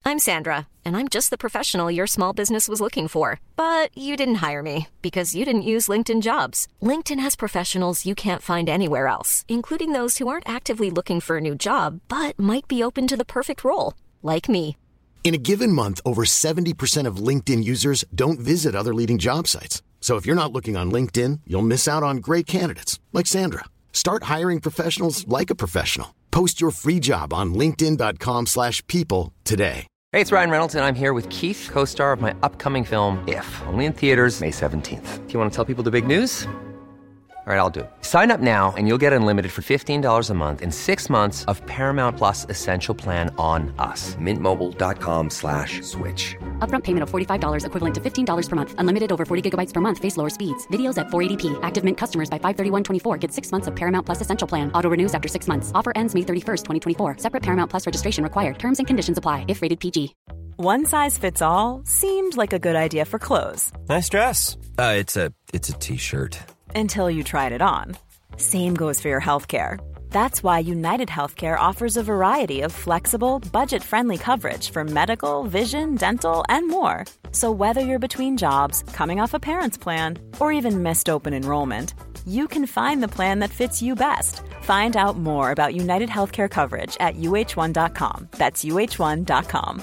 I'm Sandra, and I'm just the professional your small business was looking for. But you didn't hire me because you didn't use LinkedIn Jobs. LinkedIn has professionals you can't find anywhere else, including those who aren't actively looking for a new job, but might be open to the perfect role, like me. In a given month, over 70% of LinkedIn users don't visit other leading job sites. So if you're not looking on LinkedIn, you'll miss out on great candidates like Sandra. Start hiring professionals like a professional. Post your free job on linkedin.com/people today. Hey, it's Ryan Reynolds, and I'm here with Keith, co-star of my upcoming film, If, only in theaters May 17th. Do you want to tell people the big news? All right, I'll do it. Sign up now and you'll get unlimited for $15 a month and 6 months of Paramount Plus Essential Plan on us. MintMobile.com/switch. Upfront payment of $45 equivalent to $15 per month. Unlimited over 40 gigabytes per month. Face lower speeds. Videos at 480p. Active Mint customers by 531.24 get 6 months of Paramount Plus Essential Plan. Auto renews after 6 months. Offer ends May 31st, 2024. Separate Paramount Plus registration required. Terms and conditions apply if rated PG. One size fits all seemed like a good idea for clothes. Nice dress. It's a t-shirt. Until you tried it on. Same goes for your healthcare. That's why United Healthcare offers a variety of flexible, budget-friendly coverage for medical, vision, dental, and more. So whether you're between jobs, coming off a parent's plan, or even missed open enrollment, you can find the plan that fits you best. Find out more about United Healthcare coverage at uh1.com. That's uh1.com.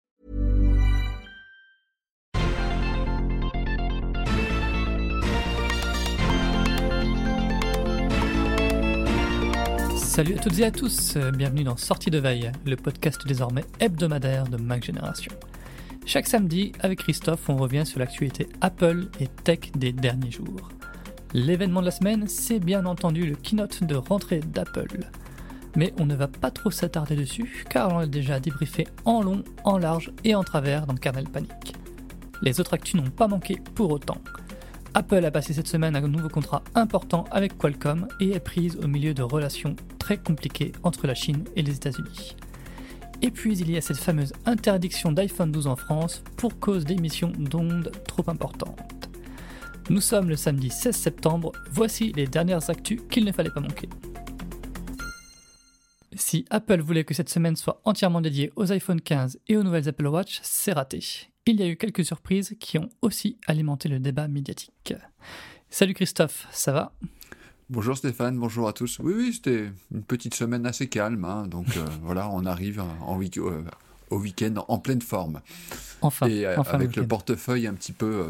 Salut à toutes et à tous, bienvenue dans Sortie de Veille, le podcast désormais hebdomadaire de Mac Génération. Chaque samedi, avec Christophe, on revient sur l'actualité Apple et tech des derniers jours. L'événement de la semaine, c'est bien entendu le keynote de rentrée d'Apple. Mais on ne va pas trop s'attarder dessus, car on l'a déjà débriefé en long, en large et en travers dans le kernel Panic. Les autres actus n'ont pas manqué pour autant. Apple a passé cette semaine un nouveau contrat important avec Qualcomm et est prise au milieu de relations très compliquées entre la Chine et les États-Unis. Et puis il y a cette fameuse interdiction d'iPhone 12 en France pour cause d'émissions d'ondes trop importantes. Nous sommes le samedi 16 septembre, voici les dernières actus qu'il ne fallait pas manquer. Si Apple voulait que cette semaine soit entièrement dédiée aux iPhone 15 et aux nouvelles Apple Watch, c'est raté. Il y a eu quelques surprises qui ont aussi alimenté le débat médiatique. Salut Christophe, ça va ? Bonjour Stéphane, bonjour à tous. Oui, c'était une petite semaine assez calme, donc voilà, on arrive au week-end en pleine forme. Enfin, avec le portefeuille un petit peu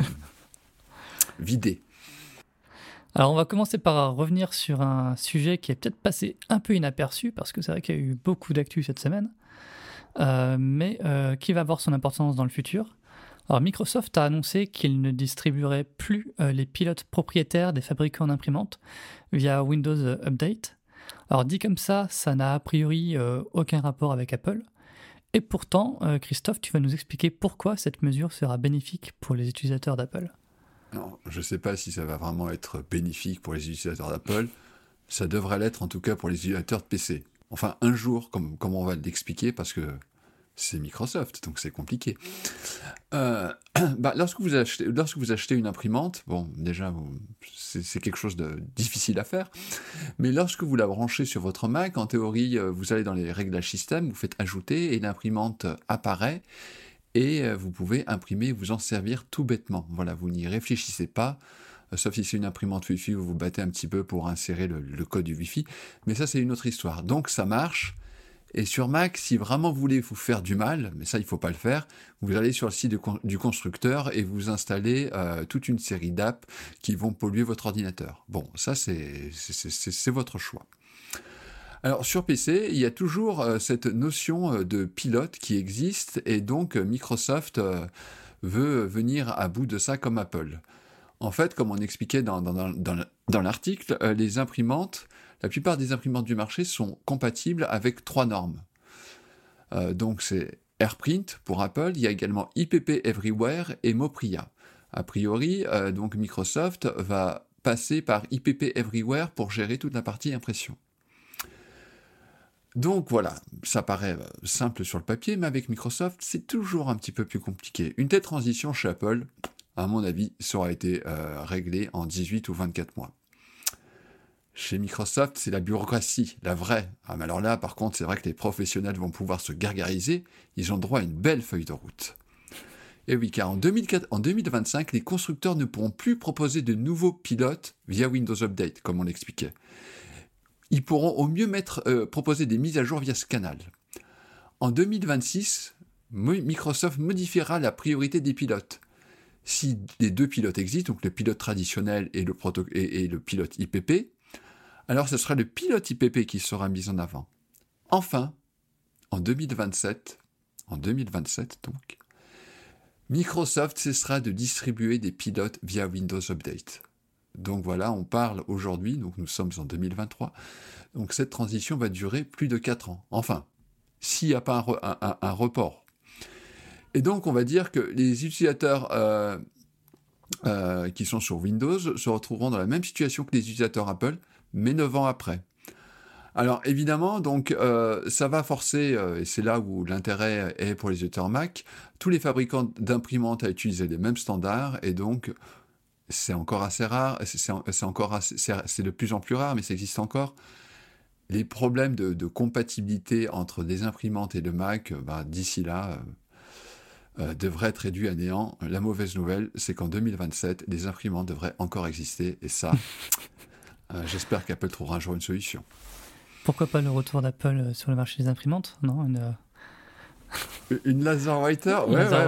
vidé. Alors on va commencer par revenir sur un sujet qui est peut-être passé un peu inaperçu, parce que c'est vrai qu'il y a eu beaucoup d'actu cette semaine, mais qui va avoir son importance dans le futur. Alors Microsoft a annoncé qu'il ne distribuerait plus les pilotes propriétaires des fabricants d'imprimantes via Windows Update. Alors dit comme ça n'a a priori aucun rapport avec Apple. Et pourtant, Christophe, tu vas nous expliquer pourquoi cette mesure sera bénéfique pour les utilisateurs d'Apple. Non, je ne sais pas si ça va vraiment être bénéfique pour les utilisateurs d'Apple. Ça devrait l'être en tout cas pour les utilisateurs de PC. Enfin, un jour, comme on va l'expliquer, parce que c'est Microsoft, donc c'est compliqué. Lorsque vous achetez une imprimante, bon, déjà, c'est quelque chose de difficile à faire, mais lorsque vous la branchez sur votre Mac, en théorie, vous allez dans les réglages système, vous faites ajouter, et l'imprimante apparaît, et vous pouvez imprimer, vous en servir tout bêtement. Voilà, vous n'y réfléchissez pas, sauf si c'est une imprimante Wi-Fi, vous vous battez un petit peu pour insérer le code du Wi-Fi, mais ça, c'est une autre histoire. Donc, ça marche. Et sur Mac, si vraiment vous voulez vous faire du mal, mais ça il ne faut pas le faire, vous allez sur le site du constructeur et vous installez toute une série d'apps qui vont polluer votre ordinateur. Bon, ça c'est votre choix. Alors sur PC, il y a toujours cette notion de pilote qui existe et donc Microsoft veut venir à bout de ça comme Apple. En fait, comme on expliquait dans l'article, les imprimantes, la plupart des imprimantes du marché sont compatibles avec 3 normes. Donc c'est AirPrint pour Apple, il y a également IPP Everywhere et Mopria. A priori, donc Microsoft va passer par IPP Everywhere pour gérer toute la partie impression. Donc voilà, ça paraît simple sur le papier, mais avec Microsoft, c'est toujours un petit peu plus compliqué. Une telle transition chez Apple, à mon avis, ça aurait été réglé en 18 ou 24 mois. Chez Microsoft, c'est la bureaucratie, la vraie. Ah, mais alors là, par contre, c'est vrai que les professionnels vont pouvoir se gargariser. Ils ont droit à une belle feuille de route. Et oui, car en 2025, les constructeurs ne pourront plus proposer de nouveaux pilotes via Windows Update, comme on l'expliquait. Ils pourront au mieux proposer des mises à jour via ce canal. En 2026, Microsoft modifiera la priorité des pilotes. Si les deux pilotes existent, donc le pilote traditionnel et le pilote IPP, alors ce sera le pilote IPP qui sera mis en avant. Enfin, en 2027 donc, Microsoft cessera de distribuer des pilotes via Windows Update. Donc voilà, on parle aujourd'hui, donc nous sommes en 2023, donc cette transition va durer plus de 4 ans. Enfin, s'il n'y a pas un report. Et donc on va dire que les utilisateurs qui sont sur Windows se retrouveront dans la même situation que les utilisateurs Apple, mais 9 ans après. Alors évidemment, donc ça va forcer, et c'est là où l'intérêt est pour les utilisateurs Mac, tous les fabricants d'imprimantes à utiliser les mêmes standards, et donc c'est encore assez rare, c'est de plus en plus rare, mais ça existe encore. Les problèmes de compatibilité entre les imprimantes et le Mac, d'ici là, devraient être réduits à néant. La mauvaise nouvelle, c'est qu'en 2027, les imprimantes devraient encore exister, et ça, j'espère qu'Apple trouvera un jour une solution. Pourquoi pas le retour d'Apple sur le marché des imprimantes, non? Une laser writer?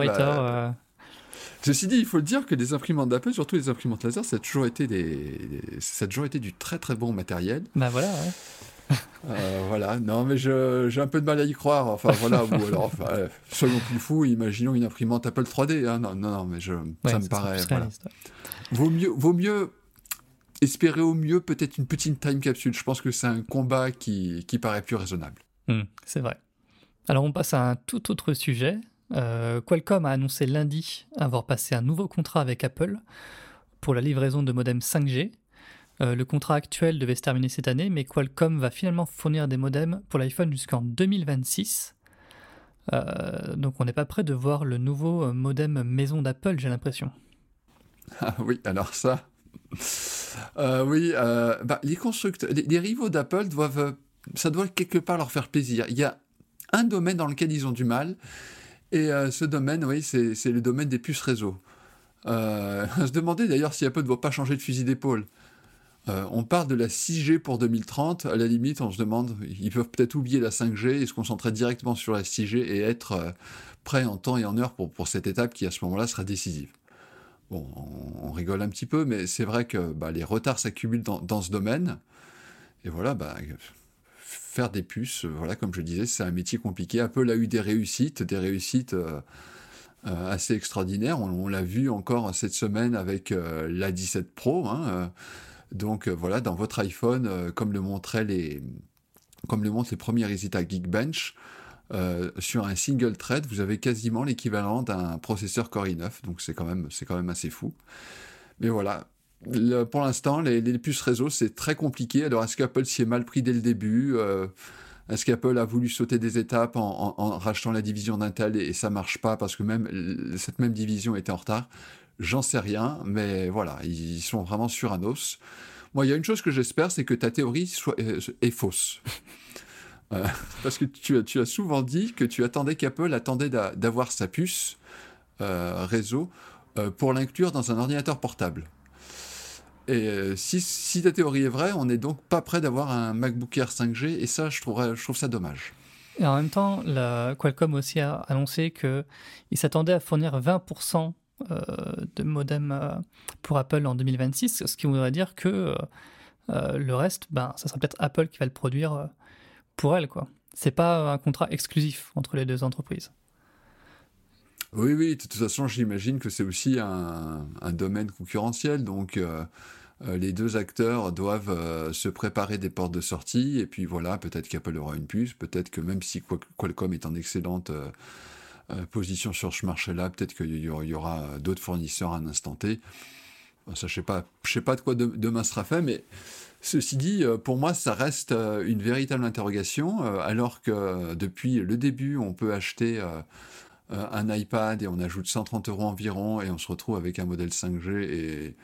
Ceci dit, il faut le dire que les imprimantes d'Apple, surtout les imprimantes laser, ça a toujours été du très très bon matériel. Voilà, ouais. Voilà, non mais j'ai un peu de mal à y croire, enfin voilà, ou alors, soyons plus fous, imaginons une imprimante Apple 3D, hein. Non, mais ça me paraît, voilà. Vaut mieux espérer au mieux peut-être une petite time capsule, je pense que c'est un combat qui paraît plus raisonnable. C'est vrai. Alors on passe à un tout autre sujet. Qualcomm a annoncé lundi avoir passé un nouveau contrat avec Apple pour la livraison de modems 5G. Le contrat actuel devait se terminer cette année, mais Qualcomm va finalement fournir des modems pour l'iPhone jusqu'en 2026. Donc on n'est pas prêt de voir le nouveau modem maison d'Apple, j'ai l'impression. Ah oui, alors ça... les constructeurs, les rivaux d'Apple ça doit quelque part leur faire plaisir. Il y a un domaine dans lequel ils ont du mal, et ce domaine, oui, c'est le domaine des puces réseau. On se demandait d'ailleurs si Apple ne va pas changer de fusil d'épaule. On parle de la 6G pour 2030, à la limite on se demande, ils peuvent peut-être oublier la 5G et se concentrer directement sur la 6G et être prêts en temps et en heure pour cette étape qui à ce moment-là sera décisive. Bon, on rigole un petit peu, mais c'est vrai que les retards s'accumulent dans ce domaine, et voilà, faire des puces, voilà, comme je disais, c'est un métier compliqué. Apple a eu des réussites assez extraordinaires, on l'a vu encore cette semaine avec l'A17 Pro, donc voilà, dans votre iPhone, comme le montrent les premiers résultats Geekbench, sur un single thread, vous avez quasiment l'équivalent d'un processeur Core i9, donc c'est quand même assez fou. Mais voilà, pour l'instant, les puces réseau, c'est très compliqué. Alors, est-ce qu'Apple s'y est mal pris dès le début? Est-ce qu'Apple a voulu sauter des étapes en rachetant la division d'Intel et ça marche pas parce que cette même division était en retard? J'en sais rien, mais voilà, ils sont vraiment sur un os. Moi, il y a une chose que j'espère, c'est que ta théorie est fausse. Parce que tu as souvent dit que tu attendais qu'Apple attendait d'avoir sa puce réseau pour l'inclure dans un ordinateur portable. Et si ta théorie est vraie, on n'est donc pas prêt d'avoir un MacBook Air 5G, et ça, je trouve ça dommage. Et en même temps, Qualcomm aussi a annoncé qu'il s'attendait à fournir 20% de modems pour Apple en 2026, ce qui voudrait dire que le reste, ça sera peut-être Apple qui va le produire pour elle, quoi. C'est pas un contrat exclusif entre les deux entreprises. Oui, de toute façon, j'imagine que c'est aussi un domaine concurrentiel, donc les deux acteurs doivent se préparer des portes de sortie, et puis voilà, peut-être qu'Apple aura une puce, peut-être que même si Qualcomm est en excellente position sur ce marché-là, peut-être qu'il y aura d'autres fournisseurs à un instant T. Ça, je sais pas de quoi demain sera fait, mais ceci dit, pour moi, ça reste une véritable interrogation, alors que depuis le début, on peut acheter un iPad et on ajoute 130 € environ et on se retrouve avec un modèle 5G et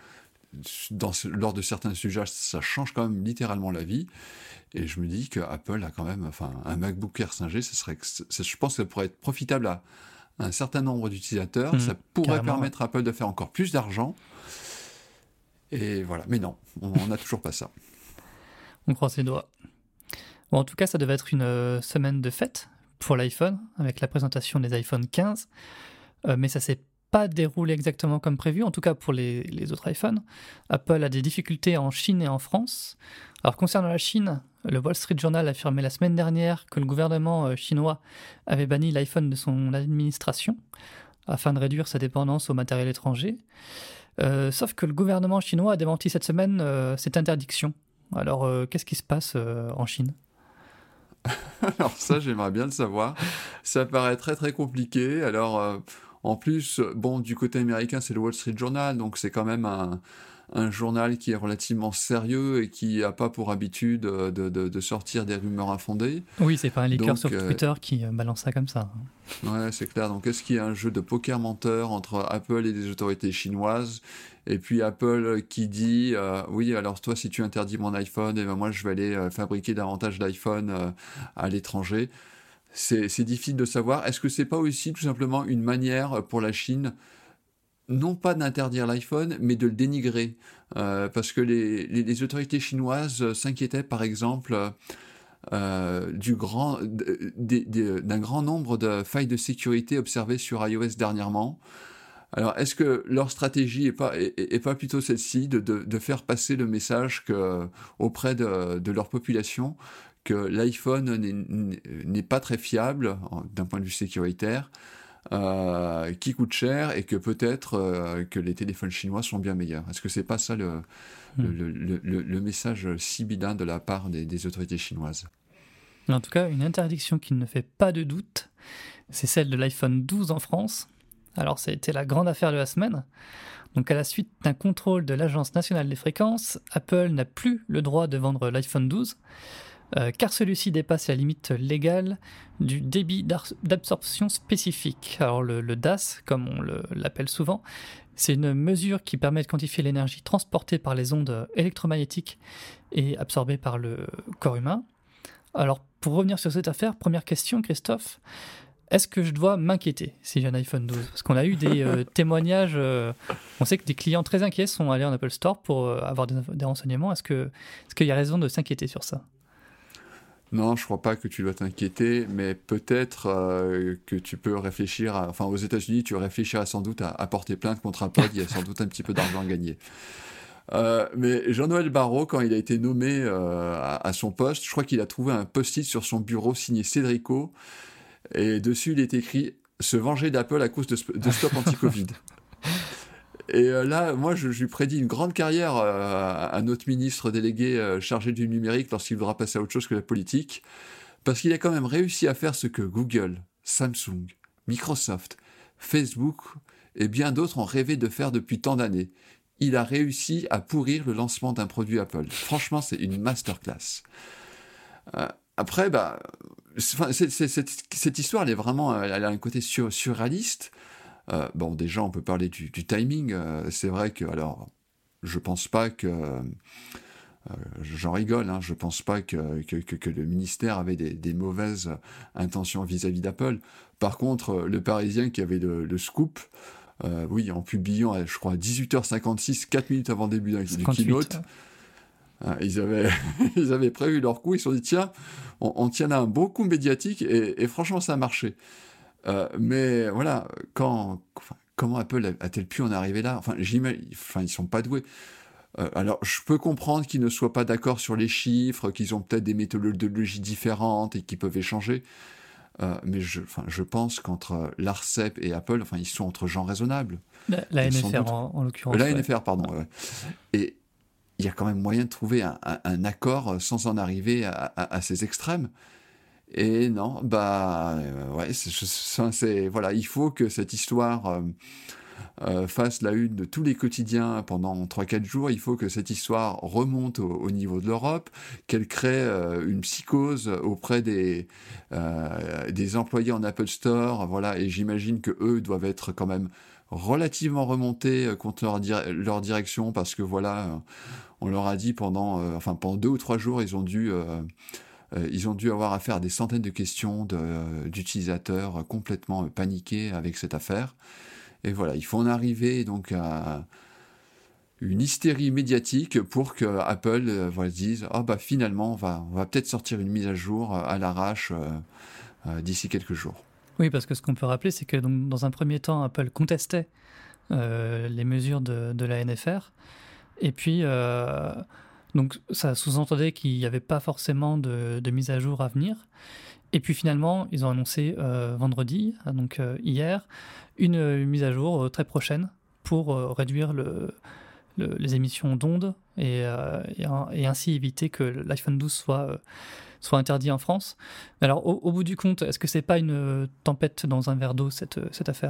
lors de certains sujets, ça change quand même littéralement la vie. Et je me dis que Apple a quand même, enfin, un MacBook Air 5G, je pense que ça pourrait être profitable à un certain nombre d'utilisateurs. Ça pourrait permettre à Apple de faire encore plus d'argent. Et voilà. Mais non, on n'a toujours pas ça. On croise les doigts. Bon, en tout cas, ça devait être une semaine de fête pour l'iPhone, avec la présentation des iPhone 15. Mais ça s'est pas déroulé exactement comme prévu, en tout cas pour les autres iPhones. Apple a des difficultés en Chine et en France. Alors concernant la Chine, le Wall Street Journal a affirmé la semaine dernière que le gouvernement chinois avait banni l'iPhone de son administration afin de réduire sa dépendance au matériel étranger. Sauf que le gouvernement chinois a démenti cette semaine cette interdiction. Alors qu'est-ce qui se passe en Chine ? Alors ça, j'aimerais bien le savoir. Ça paraît très très compliqué. Alors en plus, bon, du côté américain, c'est le Wall Street Journal, donc c'est quand même un journal qui est relativement sérieux et qui n'a pas pour habitude de sortir des rumeurs infondées. Oui, c'est pas un leaker sur Twitter qui balance ça comme ça. Ouais, c'est clair. Donc est-ce qu'il y a un jeu de poker menteur entre Apple et les autorités chinoises ? Et puis Apple qui dit oui, alors toi, si tu interdis mon iPhone, eh ben moi je vais aller fabriquer davantage d'iPhone à l'étranger. C'est difficile de savoir. Est-ce que c'est pas aussi tout simplement une manière pour la Chine, non pas d'interdire l'iPhone, mais de le dénigrer, parce que les autorités chinoises s'inquiétaient par exemple d'un grand nombre de failles de sécurité observées sur iOS dernièrement. Alors, est-ce que leur stratégie est pas plutôt celle-ci, de faire passer le message auprès de leur population que l'iPhone n'est pas très fiable d'un point de vue sécuritaire, qui coûte cher et que peut-être que les téléphones chinois sont bien meilleurs. Est-ce que c'est pas ça le message sibyllin de la part des autorités chinoises ? En tout cas, une interdiction qui ne fait pas de doute, c'est celle de l'iPhone 12 en France. Alors, ça a été la grande affaire de la semaine. Donc, à la suite d'un contrôle de l'Agence nationale des fréquences, Apple n'a plus le droit de vendre l'iPhone 12, car celui-ci dépasse la limite légale du débit d'absorption spécifique. Alors le DAS, comme on l'appelle souvent, c'est une mesure qui permet de quantifier l'énergie transportée par les ondes électromagnétiques et absorbée par le corps humain. Alors pour revenir sur cette affaire, première question Christophe, est-ce que je dois m'inquiéter si j'ai un iPhone 12 ? Parce qu'on a eu des témoignages, on sait que des clients très inquiets sont allés en Apple Store pour avoir des renseignements. Est-ce qu'il y a raison de s'inquiéter sur ça ? Non, je crois pas que tu dois t'inquiéter, mais peut-être que tu peux réfléchir enfin, aux États-Unis, tu réfléchiras sans doute à porter plainte contre Apple, il y a sans doute un petit peu d'argent à gagner. Mais Jean-Noël Barrot, quand il a été nommé à son poste, je crois qu'il a trouvé un post-it sur son bureau signé Cédrico, et dessus il est écrit « Se venger d'Apple à cause de Stop Anti-Covid ». Et là, moi, je lui prédis une grande carrière à notre ministre délégué chargé du numérique lorsqu'il voudra passer à autre chose que la politique, parce qu'il a quand même réussi à faire ce que Google, Samsung, Microsoft, Facebook et bien d'autres ont rêvé de faire depuis tant d'années. Il a réussi à pourrir le lancement d'un produit Apple. Franchement, c'est une masterclass. Après, cette histoire, elle a un côté surréaliste. Bon, déjà, on peut parler du timing. C'est vrai que, alors, je pense pas que... j'en rigole, hein, je pense pas que le ministère avait des mauvaises intentions vis-à-vis d'Apple. Par contre, le Parisien qui avait le scoop, oui, en publiant, je crois, à 18h56, 4 minutes avant le début du keynote, ils avaient prévu leur coup, ils se sont dit, tiens, on tient là un bon coup médiatique, et franchement, ça a marché. Mais voilà, comment Apple a-t-elle pu en arriver là ? Enfin, ils sont pas doués. Alors, je peux comprendre qu'ils ne soient pas d'accord sur les chiffres, qu'ils ont peut-être des méthodologies différentes et qu'ils peuvent échanger. Mais je pense qu'entre l'ARCEP et Apple, ils sont entre gens raisonnables. La NFR en l'occurrence. La NFR, pardon. Ouais. Et il y a quand même moyen de trouver un accord sans en arriver à ces extrêmes. Et non, voilà, il faut que cette histoire fasse la une de tous les quotidiens pendant 3-4 jours. Il faut que cette histoire remonte au niveau de l'Europe, qu'elle crée une psychose auprès des employés en Apple Store. Voilà, et j'imagine que eux doivent être quand même relativement remontés contre leur direction, parce que voilà, on leur a dit pendant 2 ou 3 jours, ils ont dû avoir affaire à des centaines de questions d'utilisateurs complètement paniqués avec cette affaire. Et voilà, il faut en arriver donc à une hystérie médiatique pour que Apple dise finalement on va peut-être sortir une mise à jour à l'arrache d'ici quelques jours. Oui, parce que ce qu'on peut rappeler, c'est que donc, dans un premier temps, Apple contestait les mesures de la NFR, et puis donc ça sous-entendait qu'il n'y avait pas forcément de mise à jour à venir. Et puis finalement, ils ont annoncé vendredi, donc hier, une mise à jour très prochaine pour réduire les émissions d'ondes et ainsi éviter que l'iPhone 12 soit interdit en France. Alors au bout du compte, est-ce que c'est pas une tempête dans un verre d'eau cette affaire ?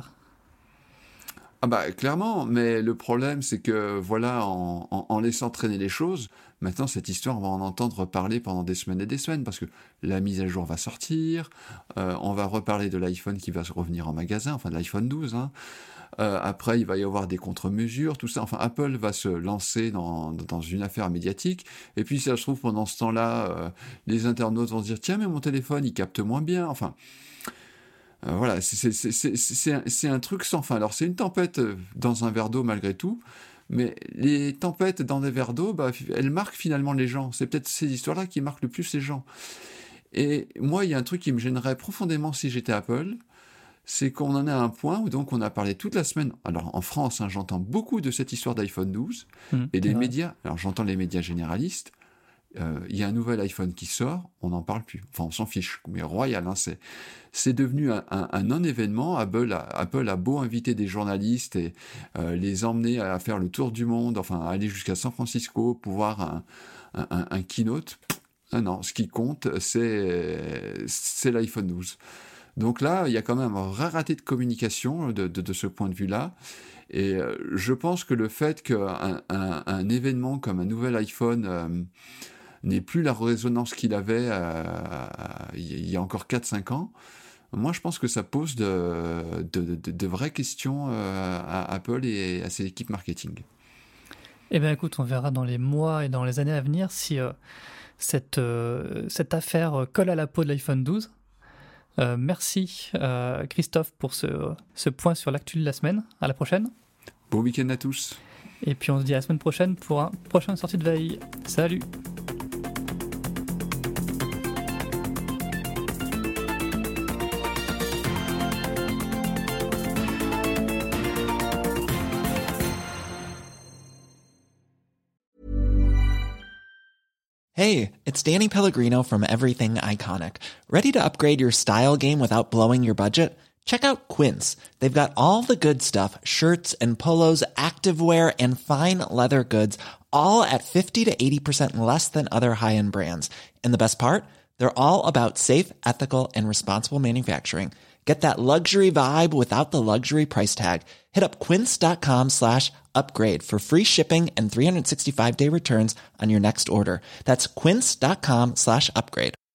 Clairement, mais le problème c'est que voilà, en laissant traîner les choses, maintenant cette histoire on va en entendre parler pendant des semaines et des semaines, parce que la mise à jour va sortir, on va reparler de l'iPhone qui va revenir en magasin, enfin de l'iPhone 12, après il va y avoir des contre-mesures, tout ça, enfin Apple va se lancer dans une affaire médiatique, et puis si ça se trouve pendant ce temps-là, les internautes vont se dire tiens mais mon téléphone il capte moins bien, enfin... voilà, c'est un truc sans fin. Alors c'est une tempête dans un verre d'eau malgré tout, mais les tempêtes dans des verres d'eau, elles marquent finalement les gens. C'est peut-être ces histoires-là qui marquent le plus les gens. Et moi, il y a un truc qui me gênerait profondément si j'étais Apple, c'est qu'on en est à un point où donc on a parlé toute la semaine. Alors en France, j'entends beaucoup de cette histoire d'iPhone 12, et les médias, alors j'entends les médias généralistes, il y a un nouvel iPhone qui sort, on n'en parle plus. Enfin, on s'en fiche, mais royal, c'est devenu un non-événement. Apple a beau inviter des journalistes et les emmener à faire le tour du monde, enfin, aller jusqu'à San Francisco pour voir un keynote. Non, ce qui compte, c'est l'iPhone 12. Donc là, il y a quand même un vrai raté de communication de ce point de vue-là. Et je pense que le fait qu'un événement comme un nouvel iPhone... n'ait plus la résonance qu'il avait il y a encore 4-5 ans, moi je pense que ça pose de vraies questions à Apple et à ses équipes marketing. Eh bien écoute, on verra dans les mois et dans les années à venir si cette affaire colle à la peau de l'iPhone 12. Merci Christophe pour ce point sur l'actu de la semaine. À la prochaine. Bon week-end à tous. Et puis on se dit à la semaine prochaine pour un prochain sortie de veille. Salut. Hey, it's Danny Pellegrino from Everything Iconic. Ready to upgrade your style game without blowing your budget? Check out Quince. They've got all the good stuff, shirts and polos, activewear, and fine leather goods, all at 50 to 80% less than other high-end brands. And the best part? They're all about safe, ethical, and responsible manufacturing. Get that luxury vibe without the luxury price tag. Hit up quince.com/upgrade for free shipping and 365-day returns on your next order. That's quince.com/upgrade.